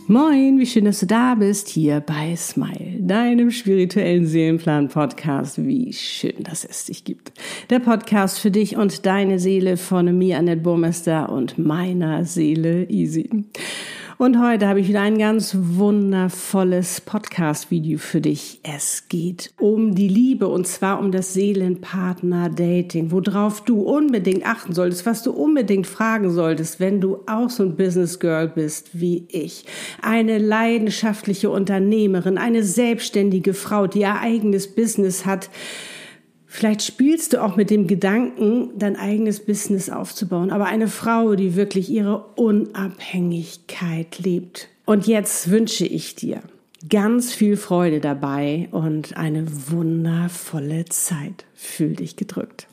Moin, wie schön, dass du da bist, hier bei Smile, deinem spirituellen Seelenplan-Podcast. Wie schön, dass es dich gibt. Der Podcast für dich und deine Seele von mir, Annette Burmester, und meiner Seele Easy. Und heute habe ich wieder ein ganz wundervolles Podcast-Video für dich. Es geht um die Liebe und zwar um das Seelenpartner-Dating, worauf du unbedingt achten solltest, was du unbedingt fragen solltest, wenn du auch so ein Business-Girl bist wie ich. Eine leidenschaftliche Unternehmerin, eine selbstständige Frau, die ihr eigenes Business hat. Vielleicht spielst du auch mit dem Gedanken, dein eigenes Business aufzubauen, aber eine Frau, die wirklich ihre Unabhängigkeit lebt. Und jetzt wünsche ich dir ganz viel Freude dabei und eine wundervolle Zeit. Fühl dich gedrückt.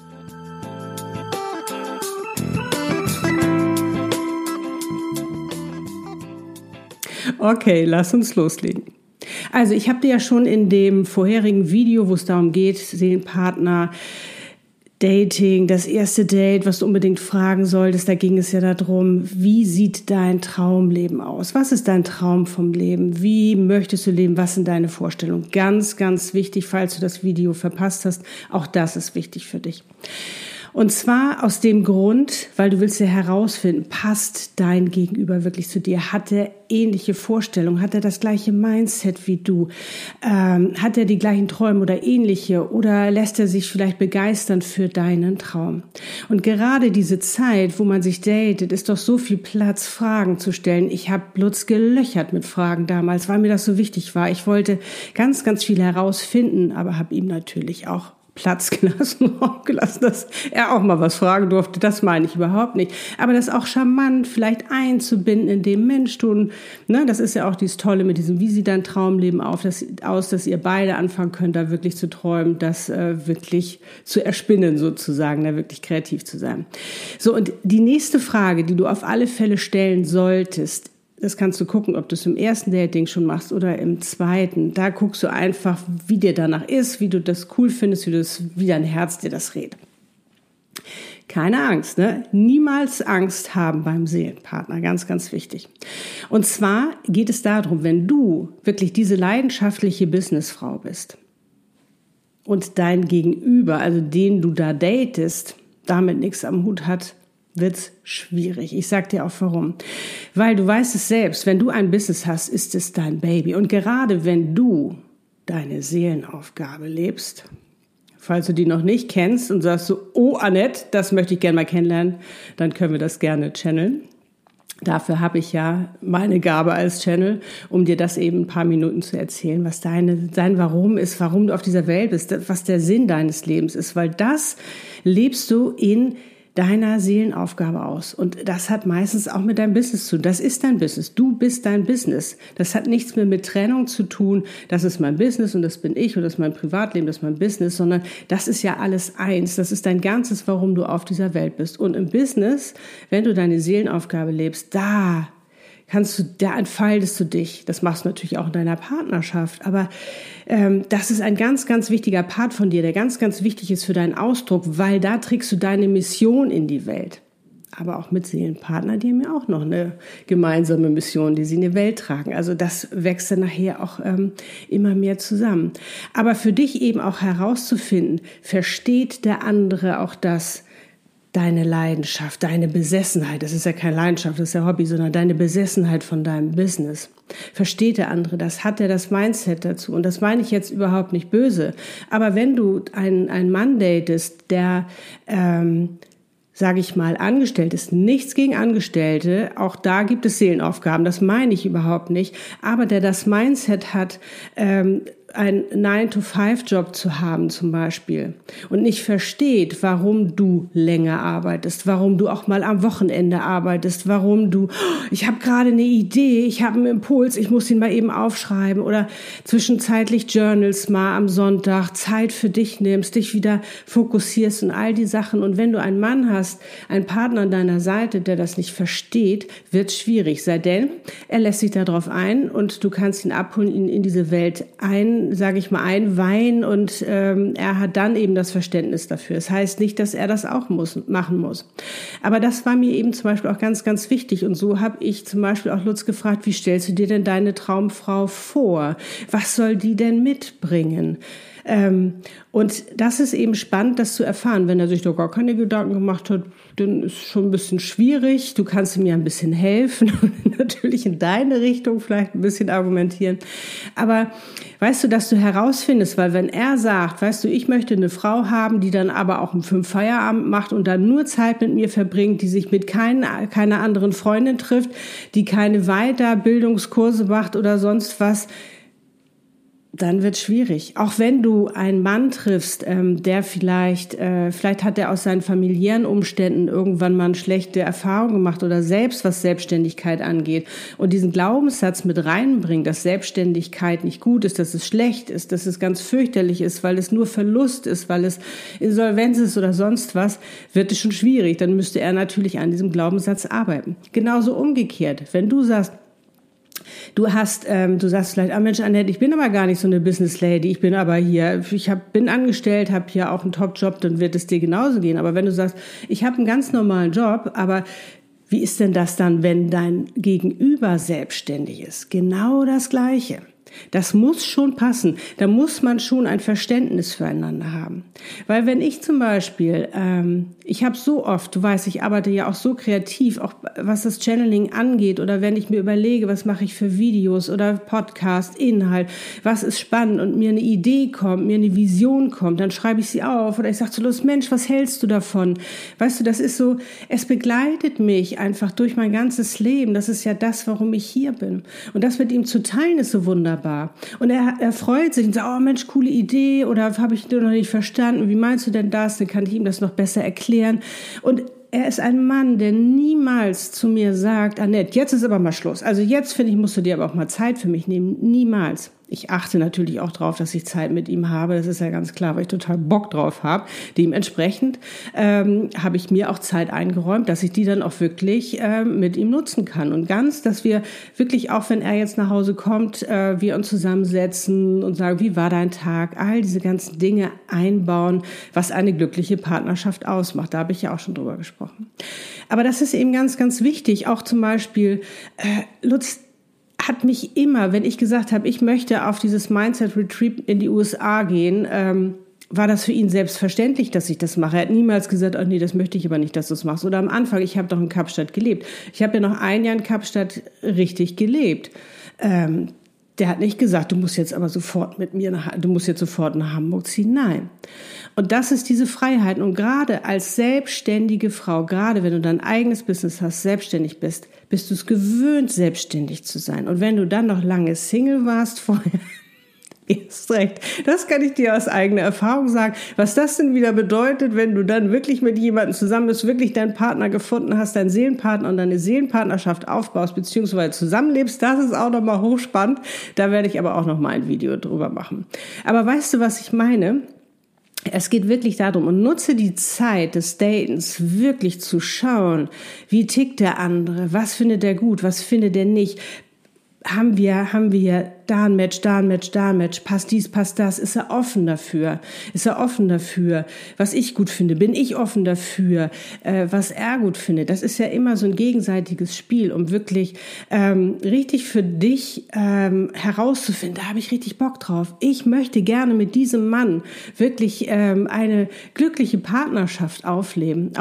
Okay, lass uns loslegen. Also ich habe dir ja schon in dem vorherigen Video, wo es darum geht, Seelenpartner, Dating, das erste Date, was du unbedingt fragen solltest, da ging es ja darum, wie sieht dein Traumleben aus? Was ist dein Traum vom Leben? Wie möchtest du leben? Was sind deine Vorstellungen? Ganz, ganz wichtig, falls du das Video verpasst hast, auch das ist wichtig für dich. Und zwar aus dem Grund, weil du willst ja herausfinden, passt dein Gegenüber wirklich zu dir? Hat er ähnliche Vorstellungen? Hat er das gleiche Mindset wie du? Hat er die gleichen Träume oder ähnliche? Oder lässt er sich vielleicht begeistern für deinen Traum? Und gerade diese Zeit, wo man sich datet, ist doch so viel Platz, Fragen zu stellen. Ich habe Lutz gelöchert mit Fragen damals, weil mir das so wichtig war. Ich wollte ganz, ganz viel herausfinden, aber habe ihm natürlich auch Platz gelassen, Raum gelassen, dass er auch mal was fragen durfte. Das meine ich überhaupt nicht. Aber das auch charmant vielleicht einzubinden in dem Mensch tun. Ne, das ist ja auch dieses Tolle mit diesem, wie sieht dein Traumleben aus, dass ihr beide anfangen könnt, da wirklich zu träumen, das wirklich zu erspinnen sozusagen, da wirklich kreativ zu sein. So, und die nächste Frage, die du auf alle Fälle stellen solltest, das kannst du gucken, ob du es im ersten Dating schon machst oder im zweiten. Da guckst du einfach, wie dir danach ist, wie du das cool findest, wie dein Herz dir das rät. Keine Angst, ne? Niemals Angst haben beim Seelenpartner. Ganz, ganz wichtig. Und zwar geht es darum, wenn du wirklich diese leidenschaftliche Businessfrau bist und dein Gegenüber, also den du da datest, damit nichts am Hut hat, wird's schwierig. Ich sag dir auch warum. Weil du weißt es selbst, wenn du ein Business hast, ist es dein Baby. Und gerade wenn du deine Seelenaufgabe lebst, falls du die noch nicht kennst und sagst so, oh Annette, das möchte ich gerne mal kennenlernen, dann können wir das gerne channeln. Dafür habe ich ja meine Gabe als Channel, um dir das eben ein paar Minuten zu erzählen, was dein Warum ist, warum du auf dieser Welt bist, was der Sinn deines Lebens ist, weil das lebst du in deiner Seelenaufgabe aus. Und das hat meistens auch mit deinem Business zu tun. Das ist dein Business. Du bist dein Business. Das hat nichts mehr mit Trennung zu tun. Das ist mein Business und das bin ich und das ist mein Privatleben, das ist mein Business, sondern das ist ja alles eins. Das ist dein ganzes, warum du auf dieser Welt bist. Und im Business, wenn du deine Seelenaufgabe lebst, da entfaltest du dich. Das machst du natürlich auch in deiner Partnerschaft. Aber das ist ein ganz, ganz wichtiger Part von dir, der ganz, ganz wichtig ist für deinen Ausdruck, weil da trägst du deine Mission in die Welt. Aber auch mit Seelenpartner, die haben ja auch noch eine gemeinsame Mission, die sie in die Welt tragen. Also das wächst dann nachher auch immer mehr zusammen. Aber für dich eben auch herauszufinden, versteht der andere auch das, deine Leidenschaft, deine Besessenheit, das ist ja keine Leidenschaft, das ist ja Hobby, sondern deine Besessenheit von deinem Business. Versteht der andere das? Hat er das Mindset dazu? Und das meine ich jetzt überhaupt nicht böse. Aber wenn du einen Mann datest, der, sage ich mal, angestellt ist, nichts gegen Angestellte, auch da gibt es Seelenaufgaben, das meine ich überhaupt nicht, aber der das Mindset hat, einen 9-to-5-Job zu haben zum Beispiel und nicht versteht, warum du länger arbeitest, warum du auch mal am Wochenende arbeitest, warum du, ich habe gerade eine Idee, ich habe einen Impuls, ich muss ihn mal eben aufschreiben oder zwischenzeitlich Journals mal am Sonntag, Zeit für dich nimmst, dich wieder fokussierst und all die Sachen. Und wenn du einen Mann hast, einen Partner an deiner Seite, der das nicht versteht, wird es schwierig, sei denn, er lässt sich darauf ein und du kannst ihn abholen, ihn in diese Welt ein einweihen und er hat dann eben das Verständnis dafür. Das heißt nicht, dass er das auch machen muss. Aber das war mir eben zum Beispiel auch ganz, ganz wichtig. Und so habe ich zum Beispiel auch Lutz gefragt, wie stellst du dir denn deine Traumfrau vor? Was soll die denn mitbringen? Und das ist eben spannend, das zu erfahren. Wenn er sich doch gar keine Gedanken gemacht hat, dann ist es schon ein bisschen schwierig. Du kannst ihm ja ein bisschen helfen und natürlich in deine Richtung vielleicht ein bisschen argumentieren. Aber weißt du, dass du herausfindest, weil wenn er sagt, weißt du, ich möchte eine Frau haben, die dann aber auch um 5 Feierabend macht und dann nur Zeit mit mir verbringt, die sich mit keiner anderen Freundin trifft, die keine Weiterbildungskurse macht oder sonst was, dann wird schwierig. Auch wenn du einen Mann triffst, der vielleicht hat er aus seinen familiären Umständen irgendwann mal eine schlechte Erfahrung gemacht oder selbst was Selbstständigkeit angeht und diesen Glaubenssatz mit reinbringt, dass Selbstständigkeit nicht gut ist, dass es schlecht ist, dass es ganz fürchterlich ist, weil es nur Verlust ist, weil es Insolvenz ist oder sonst was, wird es schon schwierig. Dann müsste er natürlich an diesem Glaubenssatz arbeiten. Genauso umgekehrt, wenn du sagst, du sagst vielleicht, Mensch, Annette, ich bin aber gar nicht so eine Business Lady, ich bin aber hier, bin angestellt, habe hier auch einen Top-Job, dann wird es dir genauso gehen. Aber wenn du sagst, ich habe einen ganz normalen Job, aber wie ist denn das dann, wenn dein Gegenüber selbstständig ist? Genau das Gleiche. Das muss schon passen. Da muss man schon ein Verständnis füreinander haben. Weil wenn ich zum Beispiel, ich habe so oft, du weißt, ich arbeite ja auch so kreativ, auch was das Channeling angeht oder wenn ich mir überlege, was mache ich für Videos oder Podcast, Inhalt, was ist spannend und mir eine Idee kommt, mir eine Vision kommt, dann schreibe ich sie auf oder ich sage zu Lutz, Mensch, was hältst du davon? Weißt du, das ist so, es begleitet mich einfach durch mein ganzes Leben. Das ist ja das, warum ich hier bin. Und das mit ihm zu teilen ist so wunderbar. Und er freut sich und sagt, oh Mensch, coole Idee oder habe ich noch nicht verstanden, wie meinst du denn das? Dann kann ich ihm das noch besser erklären. Und er ist ein Mann, der niemals zu mir sagt, Annette, jetzt ist aber mal Schluss. Also jetzt, finde ich, musst du dir aber auch mal Zeit für mich nehmen. Niemals. Ich achte natürlich auch drauf, dass ich Zeit mit ihm habe. Das ist ja ganz klar, weil ich total Bock drauf habe. Dementsprechend habe ich mir auch Zeit eingeräumt, dass ich die dann auch wirklich mit ihm nutzen kann. Und dass wir wirklich, auch wenn er jetzt nach Hause kommt, wir uns zusammensetzen und sagen, wie war dein Tag? All diese ganzen Dinge einbauen, was eine glückliche Partnerschaft ausmacht. Da habe ich ja auch schon drüber gesprochen. Aber das ist eben ganz, ganz wichtig. Auch zum Beispiel, Lutz hat mich immer, wenn ich gesagt habe, ich möchte auf dieses Mindset-Retreat in die USA gehen, war das für ihn selbstverständlich, dass ich das mache. Er hat niemals gesagt, oh nee, das möchte ich aber nicht, dass du es machst. Oder am Anfang, ich habe doch in Kapstadt gelebt. Ich habe ja noch 1 Jahr in Kapstadt richtig gelebt. Der hat nicht gesagt, du musst jetzt sofort nach Hamburg ziehen. Nein. Und das ist diese Freiheit. Und gerade als selbstständige Frau, gerade wenn du dein eigenes Business hast, selbstständig bist du es gewöhnt, selbstständig zu sein. Und wenn du dann noch lange Single warst vorher, erst recht. Das kann ich dir aus eigener Erfahrung sagen. Was das denn wieder bedeutet, wenn du dann wirklich mit jemandem zusammen bist, wirklich deinen Partner gefunden hast, deinen Seelenpartner und deine Seelenpartnerschaft aufbaust, beziehungsweise zusammenlebst, das ist auch nochmal hochspannend. Da werde ich aber auch nochmal ein Video drüber machen. Aber weißt du, was ich meine? Es geht wirklich darum, und nutze die Zeit des Datens wirklich zu schauen, wie tickt der andere, was findet er gut, was findet er nicht. Haben wir da ein Match, passt dies, passt das, ist er offen dafür, was ich gut finde, bin ich offen dafür, was er gut findet. Das ist ja immer so ein gegenseitiges Spiel, um wirklich richtig für dich herauszufinden, da habe ich richtig Bock drauf. Ich möchte gerne mit diesem Mann wirklich eine glückliche Partnerschaft erleben.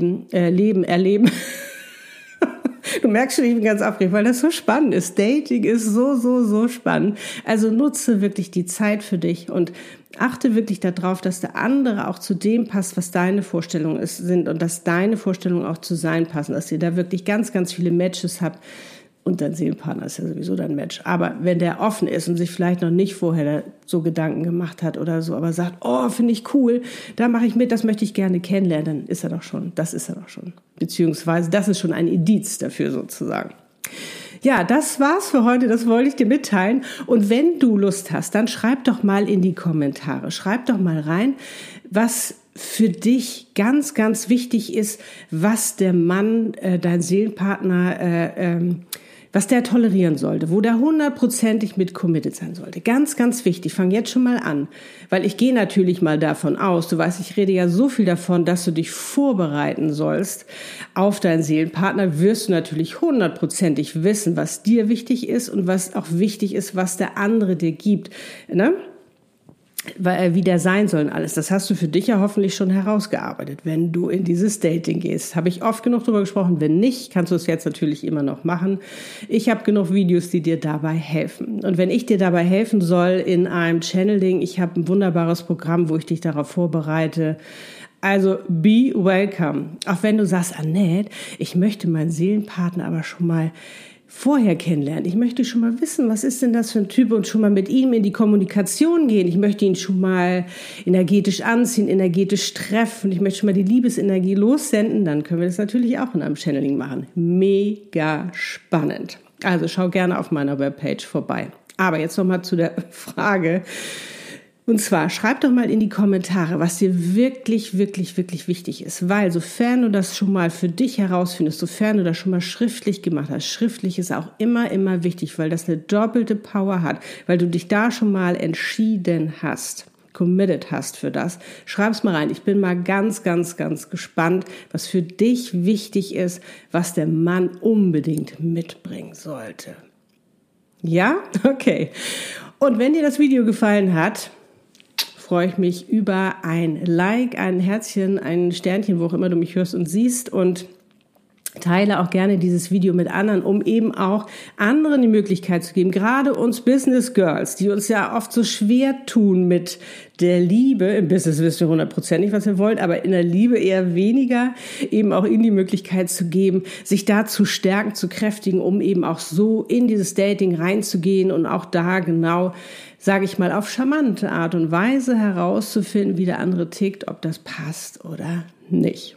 Du merkst schon, ich bin ganz aufgeregt, weil das so spannend ist. Dating ist so spannend. Also nutze wirklich die Zeit für dich und achte wirklich darauf, dass der andere auch zu dem passt, was deine Vorstellungen sind und dass deine Vorstellungen auch zu sein passen, dass ihr da wirklich ganz, ganz viele Matches habt. Und dein Seelenpartner ist ja sowieso dein Match. Aber wenn der offen ist und sich vielleicht noch nicht vorher so Gedanken gemacht hat oder so, aber sagt, oh, finde ich cool, da mache ich mit, das möchte ich gerne kennenlernen, dann ist er doch schon. Beziehungsweise das ist schon ein Indiz dafür sozusagen. Ja, das war's für heute, das wollte ich dir mitteilen. Und wenn du Lust hast, dann schreib doch mal in die Kommentare, schreib doch mal rein, was für dich ganz, ganz wichtig ist, was der Mann, dein Seelenpartner, was der tolerieren sollte, wo der 100%ig mit committed sein sollte. Ganz, ganz wichtig, fang jetzt schon mal an, weil ich gehe natürlich mal davon aus, du weißt, ich rede ja so viel davon, dass du dich vorbereiten sollst auf deinen Seelenpartner, wirst du natürlich 100%ig wissen, was dir wichtig ist und was auch wichtig ist, was der andere dir gibt, ne? Wie der sein soll und alles. Das hast du für dich ja hoffentlich schon herausgearbeitet, wenn du in dieses Dating gehst. Habe ich oft genug drüber gesprochen. Wenn nicht, kannst du es jetzt natürlich immer noch machen. Ich habe genug Videos, die dir dabei helfen. Und wenn ich dir dabei helfen soll in einem Channeling, ich habe ein wunderbares Programm, wo ich dich darauf vorbereite. Also be welcome. Auch wenn du sagst, Annette, ich möchte meinen Seelenpartner aber schon mal vorher kennenlernen. Ich möchte schon mal wissen, was ist denn das für ein Typ und schon mal mit ihm in die Kommunikation gehen. Ich möchte ihn schon mal energetisch anziehen, energetisch treffen. Ich möchte schon mal die Liebesenergie lossenden. Dann können wir das natürlich auch in einem Channeling machen. Mega spannend. Also schau gerne auf meiner Webpage vorbei. Aber jetzt nochmal zu der Frage. Und zwar, schreib doch mal in die Kommentare, was dir wirklich, wirklich, wirklich wichtig ist. Weil sofern du das schon mal für dich herausfindest, sofern du das schon mal schriftlich gemacht hast, schriftlich ist auch immer, immer wichtig, weil das eine doppelte Power hat, weil du dich da schon mal entschieden hast, committed hast für das. Schreib's mal rein. Ich bin mal ganz, ganz, ganz gespannt, was für dich wichtig ist, was der Mann unbedingt mitbringen sollte. Ja? Okay. Und wenn dir das Video gefallen hat, freue ich mich über ein Like, ein Herzchen, ein Sternchen, wo auch immer du mich hörst und siehst, und teile auch gerne dieses Video mit anderen, um eben auch anderen die Möglichkeit zu geben, gerade uns Business Girls, die uns ja oft so schwer tun mit der Liebe. Im Business wissen wir 100% was wir wollen, aber in der Liebe eher weniger, eben auch ihnen die Möglichkeit zu geben, sich da zu stärken, zu kräftigen, um eben auch so in dieses Dating reinzugehen und auch da genau, sage ich mal, auf charmante Art und Weise herauszufinden, wie der andere tickt, ob das passt oder nicht.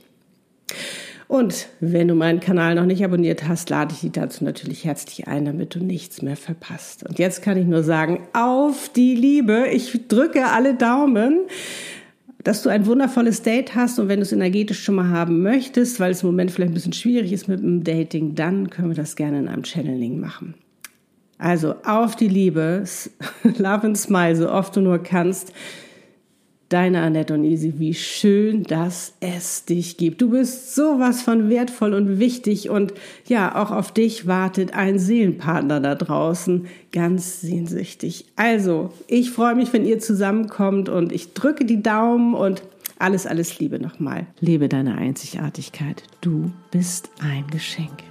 Und wenn du meinen Kanal noch nicht abonniert hast, lade ich dich dazu natürlich herzlich ein, damit du nichts mehr verpasst. Und jetzt kann ich nur sagen, auf die Liebe. Ich drücke alle Daumen, dass du ein wundervolles Date hast. Und wenn du es energetisch schon mal haben möchtest, weil es im Moment vielleicht ein bisschen schwierig ist mit dem Dating, dann können wir das gerne in einem Channeling machen. Also auf die Liebe, love and smile, so oft du nur kannst. Deine Annette und Easy, wie schön, dass es dich gibt. Du bist sowas von wertvoll und wichtig, und ja, auch auf dich wartet ein Seelenpartner da draußen, ganz sehnsüchtig. Also, ich freue mich, wenn ihr zusammenkommt, und ich drücke die Daumen und alles, alles Liebe nochmal. Lebe deine Einzigartigkeit. Du bist ein Geschenk.